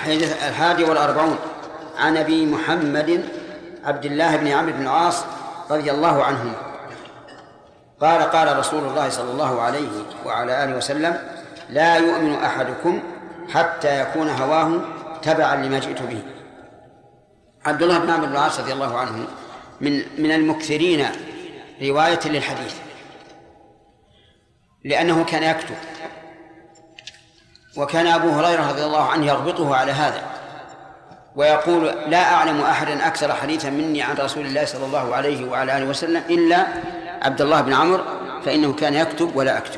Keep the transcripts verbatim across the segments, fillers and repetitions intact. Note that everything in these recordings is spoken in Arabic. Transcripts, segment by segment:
الحديث الحادي والأربعون عن أبي محمد عبد الله بن عمرو بن العاص رضي الله عنهما قال قال رسول الله صلى الله عليه وعلى آله وسلم: لا يؤمن أحدكم حتى يكون هواه تبعا لما جئت به. عبد الله بن عمرو بن العاص رضي الله عنه من من المكثرين رواية للحديث، لأنه كان يكتب، وكان أبو هريرة رضي الله عنه يربطه على هذا ويقول: لا أعلم أحدا أكثر حديثا مني عن رسول الله صلى الله عليه وعلى آله وسلم إلا عبد الله بن عمرو، فإنه كان يكتب ولا أكتب.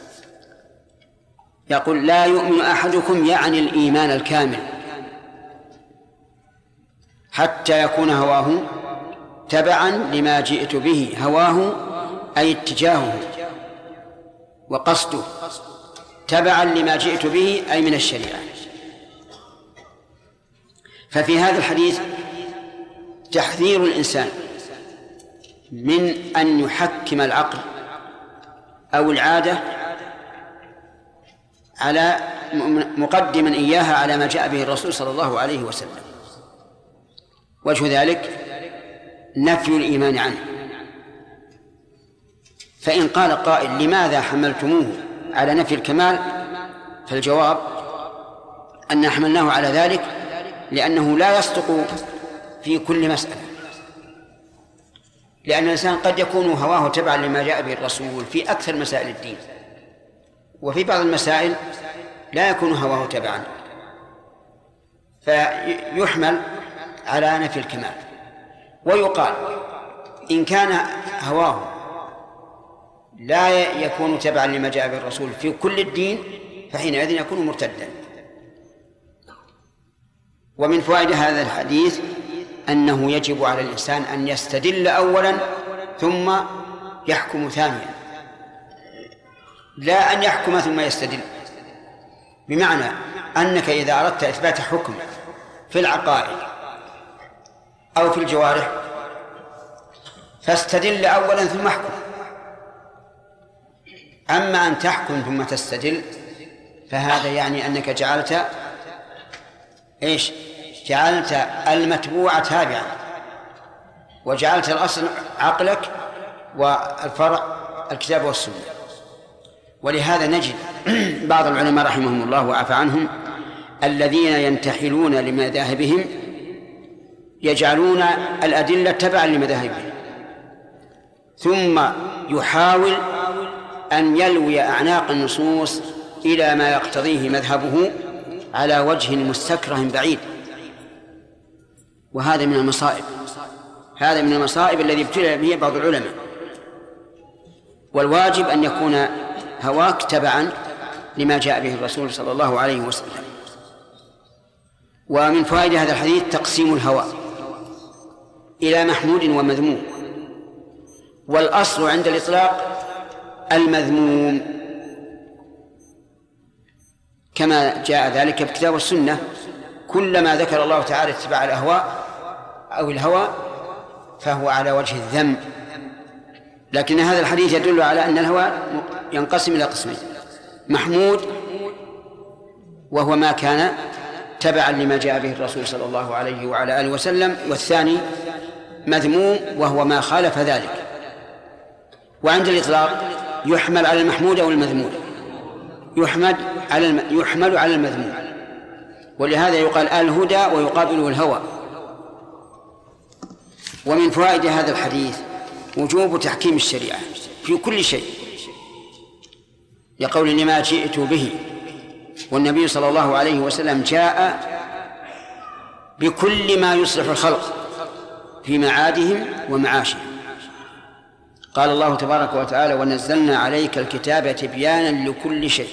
يقول: لا يؤمن أحدكم، يعني الإيمان الكامل، حتى يكون هواه تبعا لما جئت به. هواه أي اتجاهه وقصده، تبعا لما جئت به أي من الشريعة. ففي هذا الحديث تحذير الإنسان من أن يحكم العقل أو العادة على مقدما إياها على ما جاء به الرسول صلى الله عليه وسلم. وجه ذلك نفي الإيمان عنه. فإن قال قائل: لماذا حملتموه على نفي الكمال؟ فالجواب أن حملناه على ذلك لأنه لا يصدق في كل مسألة، لأن الإنسان قد يكون هواه تبعا لما جاء به الرسول في أكثر مسائل الدين، وفي بعض المسائل لا يكون هواه تبعا، فيحمل على نفي الكمال. ويقال: إن كان هواه لا يكون تبعا لما جاء به الرسول في كل الدين فحينئذ يكون مرتدا. ومن فوائد هذا الحديث أنه يجب على الإنسان أن يستدل أولا ثم يحكم ثانيا، لا أن يحكم ثم يستدل. بمعنى أنك إذا أردت إثبات حكم في العقائد أو في الجوارح فاستدل أولا ثم احكم. أما أن تحكم ثم تستدل فهذا يعني أنك جعلت إيش؟ جعلت المتبوع تابعا، وجعلت الأصل عقلك والفرع الكتاب والسنة. ولهذا نجد بعض العلماء رحمهم الله وعفى عنهم الذين ينتحلون لمذاهبهم يجعلون الأدلة تبعا لمذاهبهم، ثم يحاول أن يلوي أعناق النصوص إلى ما يقتضيه مذهبه على وجه مستكره بعيد. وهذا من المصائب، هذا من المصائب الذي ابتلى به بعض العلماء. والواجب أن يكون هواك تبعا لما جاء به الرسول صلى الله عليه وسلم. ومن فوائد هذا الحديث تقسيم الهوى إلى محمود ومذموم، والأصل عند الإطلاق المذموم كما جاء ذلك في الكتاب والسنة. كلما ذكر الله تعالى اتباع الأهواء أو الهوى فهو على وجه الذم، لكن هذا الحديث يدل على أن الهوى ينقسم إلى قسمين: محمود وهو ما كان تبعا لما جاء به الرسول صلى الله عليه وعلى آله وسلم، والثاني مذموم وهو ما خالف ذلك. وعند الإطلاق يحمل على المحمود أو المذموم، يحمل على الم... يحمل على المذموم، ولهذا يقال الهدى ويقابله الهوى. ومن فوائد هذا الحديث وجوب تحكيم الشريعة في كل شيء، يقول: لما جئت به. والنبي صلى الله عليه وسلم جاء بكل ما يصلح الخلق في معادهم ومعاشهم. قال الله تبارك وتعالى: ونزلنا عليك الكتاب تبيانا لكل شيء.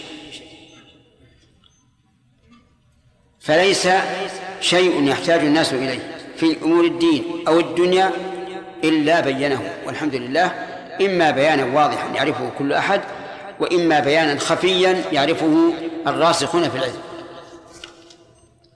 فليس شيء يحتاج الناس إليه في أمور الدين أو الدنيا إلا بينه، والحمد لله، إما بيانا واضحا يعرفه كل أحد، وإما بيانا خفيا يعرفه الراسخون في العلم.